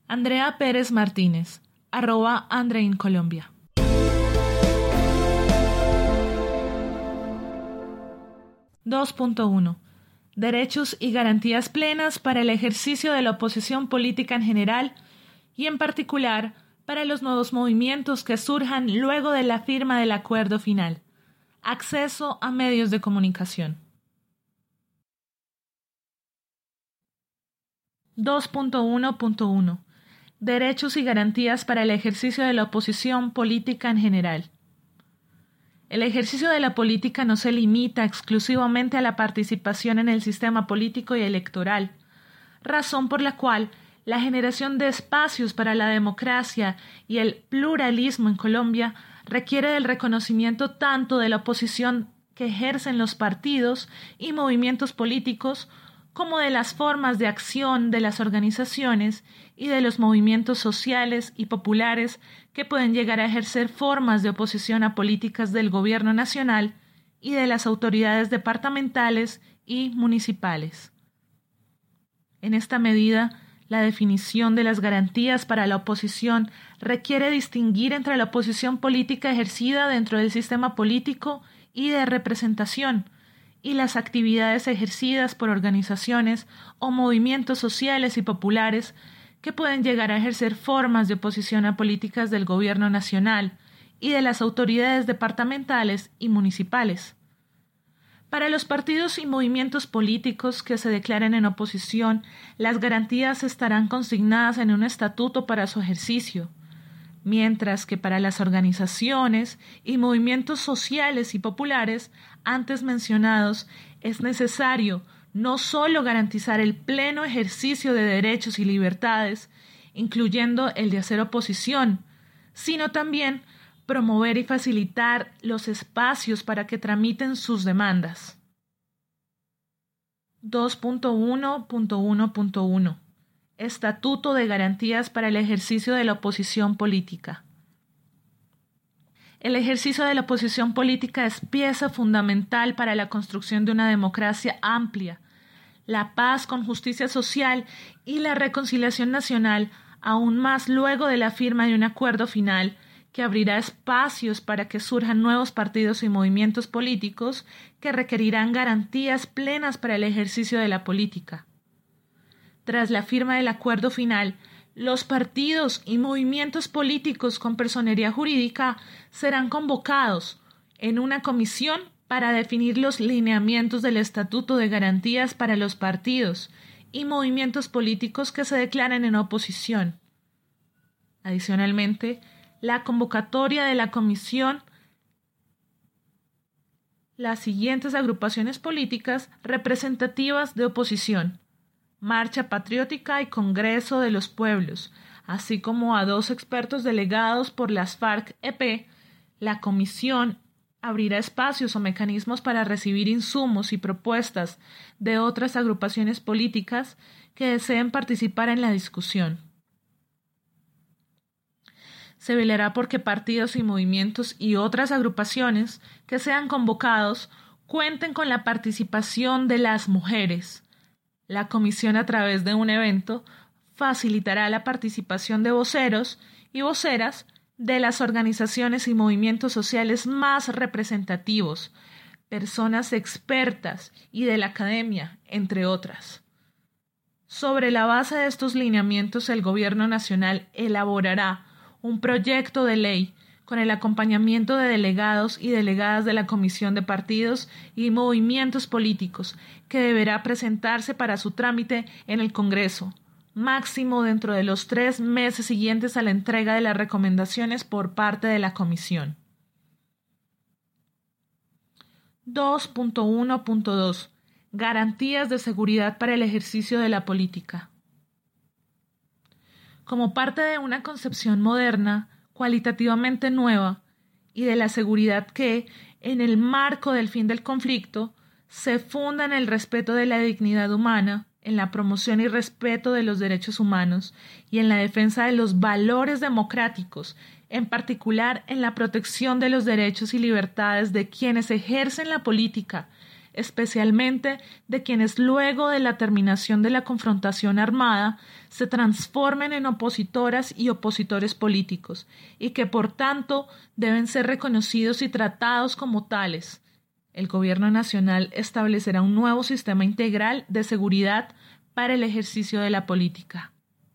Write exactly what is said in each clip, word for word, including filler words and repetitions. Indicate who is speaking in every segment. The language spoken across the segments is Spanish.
Speaker 1: Andrea Pérez Martínez, arroba andreincolombia. dos punto uno. Derechos y garantías plenas para el ejercicio de la oposición política en general y en particular para los nuevos movimientos que surjan luego de la firma del acuerdo final. Acceso a medios de comunicación. dos punto uno punto uno. Derechos y garantías para el ejercicio de la oposición política en general. El ejercicio de la política no se limita exclusivamente a la participación en el sistema político y electoral, razón por la cual la generación de espacios para la democracia y el pluralismo en Colombia requiere del reconocimiento tanto de la oposición que ejercen los partidos y movimientos políticos como de las formas de acción de las organizaciones y de los movimientos sociales y populares que pueden llegar a ejercer formas de oposición a políticas del gobierno nacional y de las autoridades departamentales y municipales. En esta medida, la definición de las garantías para la oposición requiere distinguir entre la oposición política ejercida dentro del sistema político y de representación, y las actividades ejercidas por organizaciones o movimientos sociales y populares que pueden llegar a ejercer formas de oposición a políticas del gobierno nacional y de las autoridades departamentales y municipales. Para los partidos y movimientos políticos que se declaren en oposición, las garantías estarán consignadas en un estatuto para su ejercicio, mientras que para las organizaciones y movimientos sociales y populares antes mencionados es necesario no solo garantizar el pleno ejercicio de derechos y libertades, incluyendo el de hacer oposición, sino también promover y facilitar los espacios para que tramiten sus demandas. dos punto uno punto uno punto uno. Estatuto de Garantías para el ejercicio de la oposición política. El ejercicio de la oposición política es pieza fundamental para la construcción de una democracia amplia, la paz con justicia social y la reconciliación nacional, aún más luego de la firma de un acuerdo final que abrirá espacios para que surjan nuevos partidos y movimientos políticos que requerirán garantías plenas para el ejercicio de la política. Tras la firma del acuerdo final, los partidos y movimientos políticos con personería jurídica serán convocados en una comisión para definir los lineamientos del Estatuto de Garantías para los partidos y movimientos políticos que se declaren en oposición. Adicionalmente, la convocatoria de la comisión, las siguientes agrupaciones políticas representativas de oposición: Marcha Patriótica y Congreso de los Pueblos, así como a dos expertos delegados por las FARC-E P, la comisión abrirá espacios o mecanismos para recibir insumos y propuestas de otras agrupaciones políticas que deseen participar en la discusión. Se velará porque partidos y movimientos y otras agrupaciones que sean convocados cuenten con la participación de las mujeres. La comisión, a través de un evento, facilitará la participación de voceros y voceras de las organizaciones y movimientos sociales más representativos, personas expertas y de la academia, entre otras. Sobre la base de estos lineamientos, el Gobierno Nacional elaborará un proyecto de ley con el acompañamiento de delegados y delegadas de la Comisión de Partidos y Movimientos Políticos, que deberá presentarse para su trámite en el Congreso, máximo dentro de los tres meses siguientes a la entrega de las recomendaciones por parte de la Comisión. dos punto uno punto dos. Garantías de seguridad para el ejercicio de la política. Como parte de una concepción moderna, cualitativamente nueva, y de la seguridad que, en el marco del fin del conflicto, se funda en el respeto de la dignidad humana, en la promoción y respeto de los derechos humanos y en la defensa de los valores democráticos, en particular en la protección de los derechos y libertades de quienes ejercen la política, especialmente de quienes luego de la terminación de la confrontación armada se transformen en opositoras y opositores políticos, y que por tanto deben ser reconocidos y tratados como tales. El Gobierno Nacional establecerá un nuevo sistema integral de seguridad para el ejercicio de la política.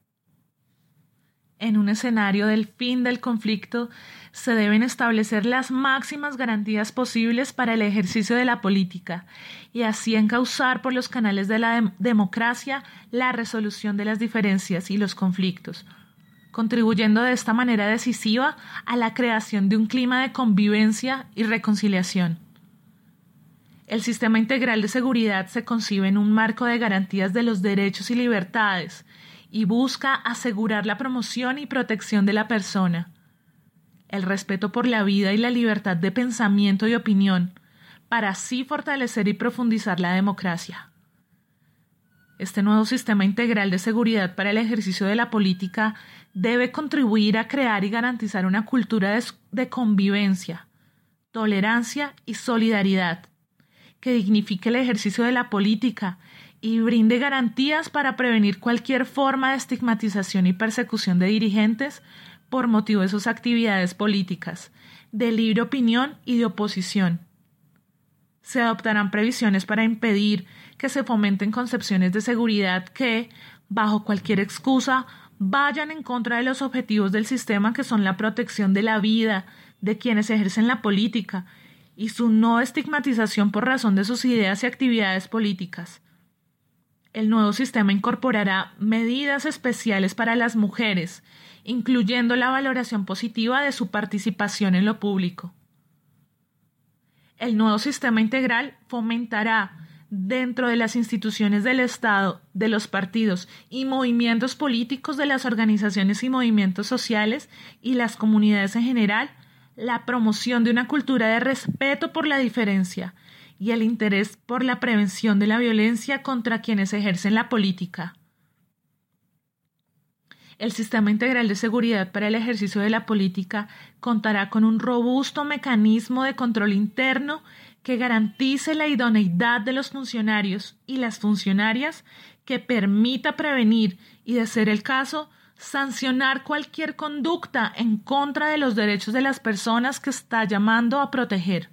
Speaker 1: En un escenario del fin del conflicto, se deben establecer las máximas garantías posibles para el ejercicio de la política y así encauzar por los canales de la dem- democracia la resolución de las diferencias y los conflictos, contribuyendo de esta manera decisiva a la creación de un clima de convivencia y reconciliación. El sistema integral de seguridad se concibe en un marco de garantías de los derechos y libertades y busca asegurar la promoción y protección de la persona, el respeto por la vida y la libertad de pensamiento y opinión, para así fortalecer y profundizar la democracia. Este nuevo sistema integral de seguridad para el ejercicio de la política debe contribuir a crear y garantizar una cultura de, de convivencia, tolerancia y solidaridad, que dignifique el ejercicio de la política y brinde garantías para prevenir cualquier forma de estigmatización y persecución de dirigentes por motivo de sus actividades políticas, de libre opinión y de oposición. Se adoptarán previsiones para impedir que se fomenten concepciones de seguridad que, bajo cualquier excusa, vayan en contra de los objetivos del sistema, que son la protección de la vida de quienes ejercen la política y su no estigmatización por razón de sus ideas y actividades políticas. El nuevo sistema incorporará medidas especiales para las mujeres, incluyendo la valoración positiva de su participación en lo público. El nuevo sistema integral fomentará, dentro de las instituciones del Estado, de los partidos y movimientos políticos, de las organizaciones y movimientos sociales y las comunidades en general, la promoción de una cultura de respeto por la diferencia y el interés por la prevención de la violencia contra quienes ejercen la política. El sistema integral de seguridad para el ejercicio de la política contará con un robusto mecanismo de control interno que garantice la idoneidad de los funcionarios y las funcionarias, que permita prevenir y, de ser el caso, sancionar cualquier conducta en contra de los derechos de las personas que está llamando a proteger.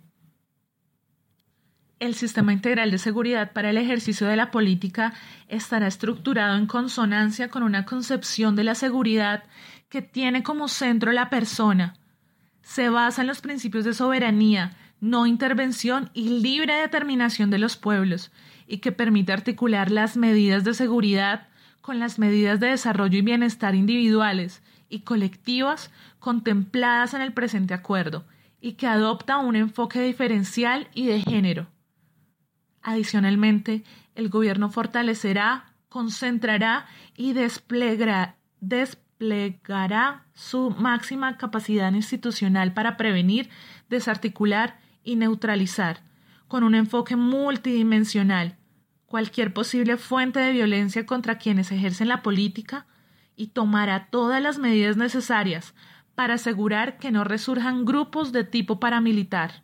Speaker 1: El sistema integral de seguridad para el ejercicio de la política estará estructurado en consonancia con una concepción de la seguridad que tiene como centro la persona. Se basa en los principios de soberanía, no intervención y libre determinación de los pueblos, y que permite articular las medidas de seguridad con las medidas de desarrollo y bienestar individuales y colectivas contempladas en el presente acuerdo, y que adopta un enfoque diferencial y de género. Adicionalmente, el gobierno fortalecerá, concentrará y desplegará, desplegará su máxima capacidad institucional para prevenir, desarticular y neutralizar, con un enfoque multidimensional, cualquier posible fuente de violencia contra quienes ejercen la política, y tomará todas las medidas necesarias para asegurar que no resurjan grupos de tipo paramilitar.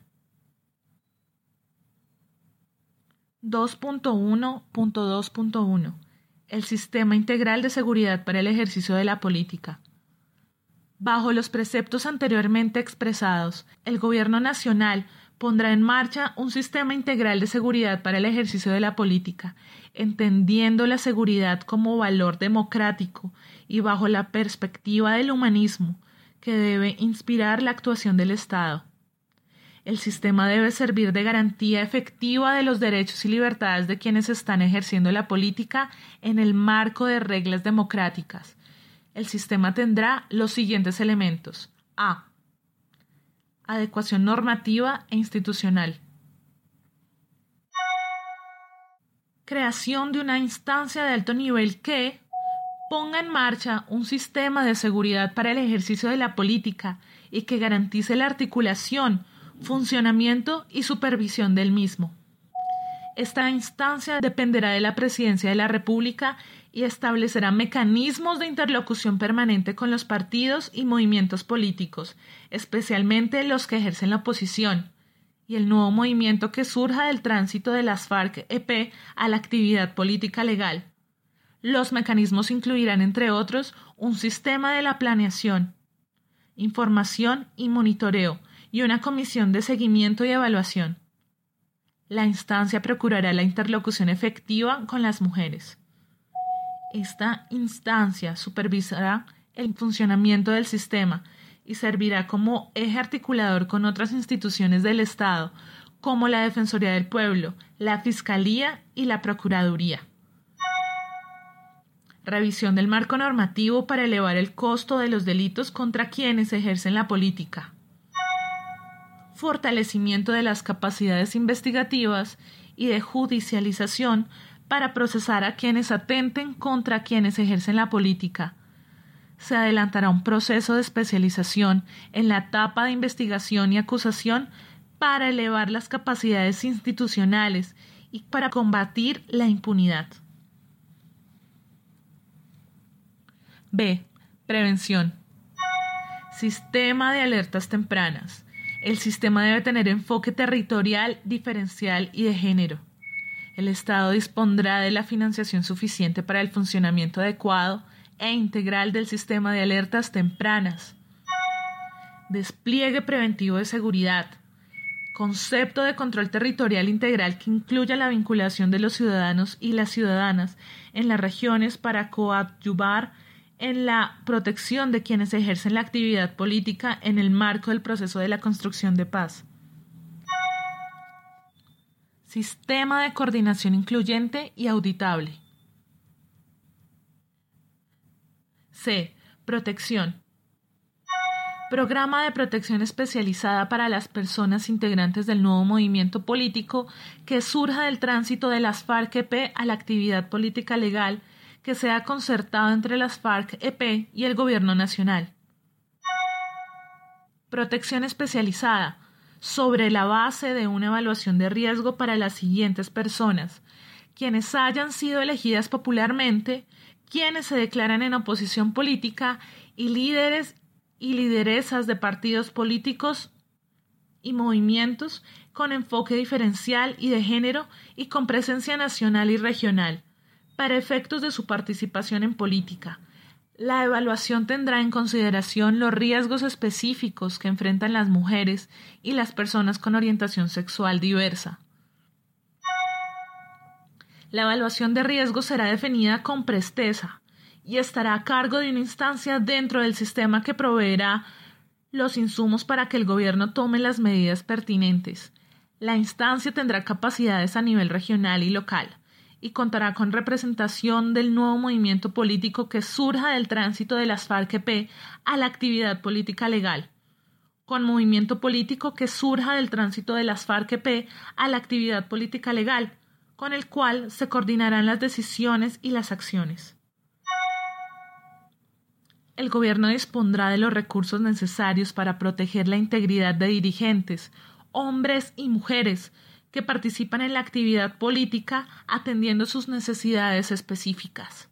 Speaker 1: dos punto uno punto dos punto uno El sistema integral de seguridad para el ejercicio de la política. Bajo los preceptos anteriormente expresados, el Gobierno Nacional pondrá en marcha un sistema integral de seguridad para el ejercicio de la política, entendiendo la seguridad como valor democrático y bajo la perspectiva del humanismo que debe inspirar la actuación del Estado. El sistema debe servir de garantía efectiva de los derechos y libertades de quienes están ejerciendo la política en el marco de reglas democráticas. El sistema tendrá los siguientes elementos. A. Adecuación normativa e institucional. Creación de una instancia de alto nivel que ponga en marcha un sistema de seguridad para el ejercicio de la política y que garantice la articulación, funcionamiento y supervisión del mismo. Esta instancia dependerá de la Presidencia de la República y establecerá mecanismos de interlocución permanente con los partidos y movimientos políticos, especialmente los que ejercen la oposición, y el nuevo movimiento que surja del tránsito de las FARC-E P a la actividad política legal. Los mecanismos incluirán, entre otros, un sistema de la planeación, información y monitoreo y una comisión de seguimiento y evaluación. La instancia procurará la interlocución efectiva con las mujeres. Esta instancia supervisará el funcionamiento del sistema y servirá como eje articulador con otras instituciones del Estado, como la Defensoría del Pueblo, la Fiscalía y la Procuraduría. Revisión del marco normativo para elevar el costo de los delitos contra quienes ejercen la política. Fortalecimiento de las capacidades investigativas y de judicialización para procesar a quienes atenten contra quienes ejercen la política. Se adelantará un proceso de especialización en la etapa de investigación y acusación para elevar las capacidades institucionales y para combatir la impunidad. B. Prevención. Sistema de alertas tempranas. El sistema debe tener enfoque territorial, diferencial y de género. El Estado dispondrá de la financiación suficiente para el funcionamiento adecuado e integral del sistema de alertas tempranas. Despliegue preventivo de seguridad. Concepto de control territorial integral que incluya la vinculación de los ciudadanos y las ciudadanas en las regiones para coadyuvar en la protección de quienes ejercen la actividad política en el marco del proceso de la construcción de paz. Sistema de coordinación incluyente y auditable. C. Protección. Programa de protección especializada para las personas integrantes del nuevo movimiento político que surja del tránsito de las FARC-E P a la actividad política legal que sea concertado entre las FARC-E P y el Gobierno Nacional. Protección especializada sobre la base de una evaluación de riesgo para las siguientes personas: quienes hayan sido elegidas popularmente, quienes se declaran en oposición política y líderes y lideresas de partidos políticos y movimientos con enfoque diferencial y de género y con presencia nacional y regional, para efectos de su participación en política. La evaluación tendrá en consideración los riesgos específicos que enfrentan las mujeres y las personas con orientación sexual diversa. La evaluación de riesgos será definida con presteza y estará a cargo de una instancia dentro del sistema que proveerá los insumos para que el gobierno tome las medidas pertinentes. La instancia tendrá capacidades a nivel regional y local y contará con representación del nuevo movimiento político que surja del tránsito de las FARC-E P a la actividad política legal, con movimiento político que surja del tránsito de las FARC-E P a la actividad política legal, con el cual se coordinarán las decisiones y las acciones. El gobierno dispondrá de los recursos necesarios para proteger la integridad de dirigentes, hombres y mujeres, que participan en la actividad política atendiendo sus necesidades específicas.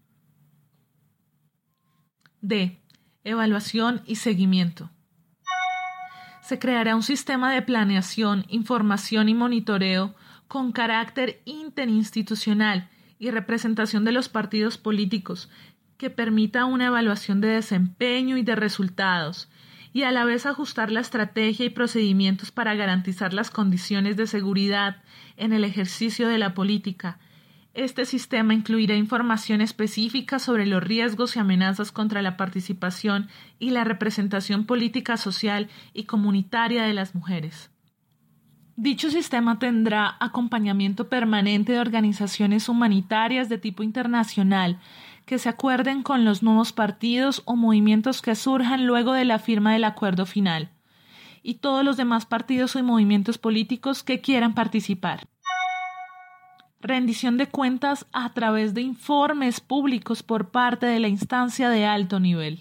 Speaker 1: D. Evaluación y seguimiento. Se creará un sistema de planeación, información y monitoreo con carácter interinstitucional y representación de los partidos políticos que permita una evaluación de desempeño y de resultados, y a la vez ajustar la estrategia y procedimientos para garantizar las condiciones de seguridad en el ejercicio de la política. Este sistema incluirá información específica sobre los riesgos y amenazas contra la participación y la representación política, social y comunitaria de las mujeres. Dicho sistema tendrá acompañamiento permanente de organizaciones humanitarias de tipo internacional que se acuerden con los nuevos partidos o movimientos que surjan luego de la firma del acuerdo final, y todos los demás partidos y movimientos políticos que quieran participar. Rendición de cuentas a través de informes públicos por parte de la instancia de alto nivel.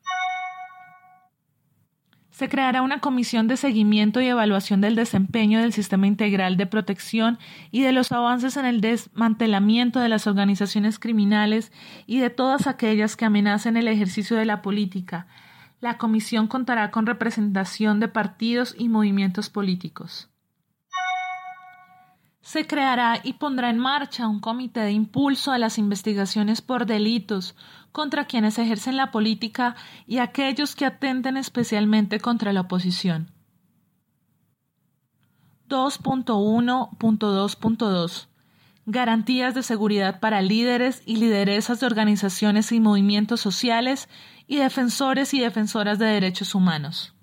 Speaker 1: Se creará una comisión de seguimiento y evaluación del desempeño del sistema integral de protección y de los avances en el desmantelamiento de las organizaciones criminales y de todas aquellas que amenacen el ejercicio de la política. La comisión contará con representación de partidos y movimientos políticos. Se creará y pondrá en marcha un comité de impulso a las investigaciones por delitos contra quienes ejercen la política y aquellos que atenten especialmente contra la oposición. dos punto uno punto dos punto dos Garantías de seguridad para líderes y lideresas de organizaciones y movimientos sociales y defensores y defensoras de derechos humanos.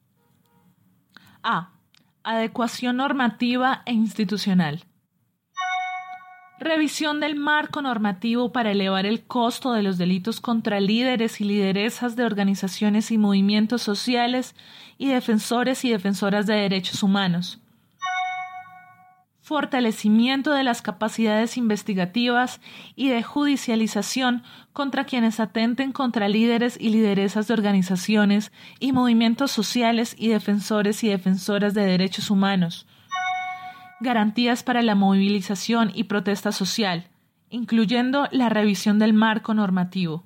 Speaker 1: A. Adecuación normativa e institucional. Revisión del marco normativo para elevar el costo de los delitos contra líderes y lideresas de organizaciones y movimientos sociales y defensores y defensoras de derechos humanos. Fortalecimiento de las capacidades investigativas y de judicialización contra quienes atenten contra líderes y lideresas de organizaciones y movimientos sociales y defensores y defensoras de derechos humanos. Garantías para la movilización y protesta social, incluyendo la revisión del marco normativo.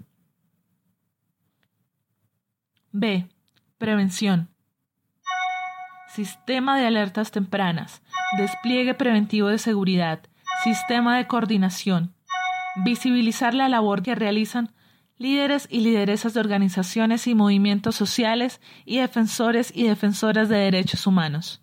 Speaker 1: B. Prevención. Sistema de alertas tempranas, despliegue preventivo de seguridad, sistema de coordinación, visibilizar la labor que realizan líderes y lideresas de organizaciones y movimientos sociales y defensores y defensoras de derechos humanos.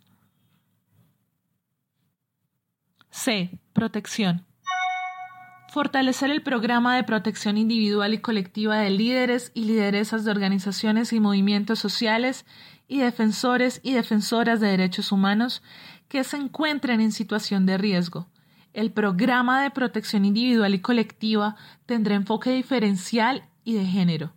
Speaker 1: C. Protección. Fortalecer el programa de protección individual y colectiva de líderes y lideresas de organizaciones y movimientos sociales y defensores y defensoras de derechos humanos que se encuentren en situación de riesgo. El programa de protección individual y colectiva tendrá enfoque diferencial y de género.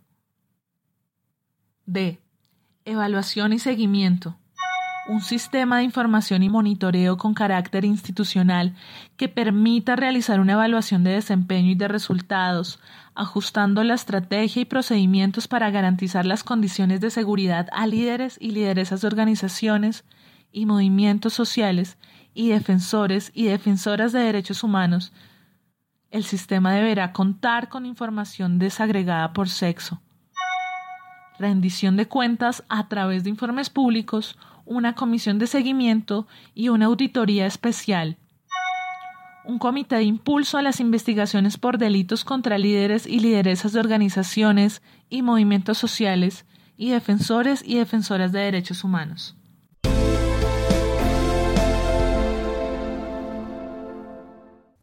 Speaker 1: D. Evaluación y seguimiento. Un sistema de información y monitoreo con carácter institucional que permita realizar una evaluación de desempeño y de resultados, ajustando la estrategia y procedimientos para garantizar las condiciones de seguridad a líderes y lideresas de organizaciones y movimientos sociales y defensores y defensoras de derechos humanos. El sistema deberá contar con información desagregada por sexo. Rendición de cuentas a través de informes públicos, una comisión de seguimiento y una auditoría especial. Un comité de impulso a las investigaciones por delitos contra líderes y lideresas de organizaciones y movimientos sociales y defensores y defensoras de derechos humanos.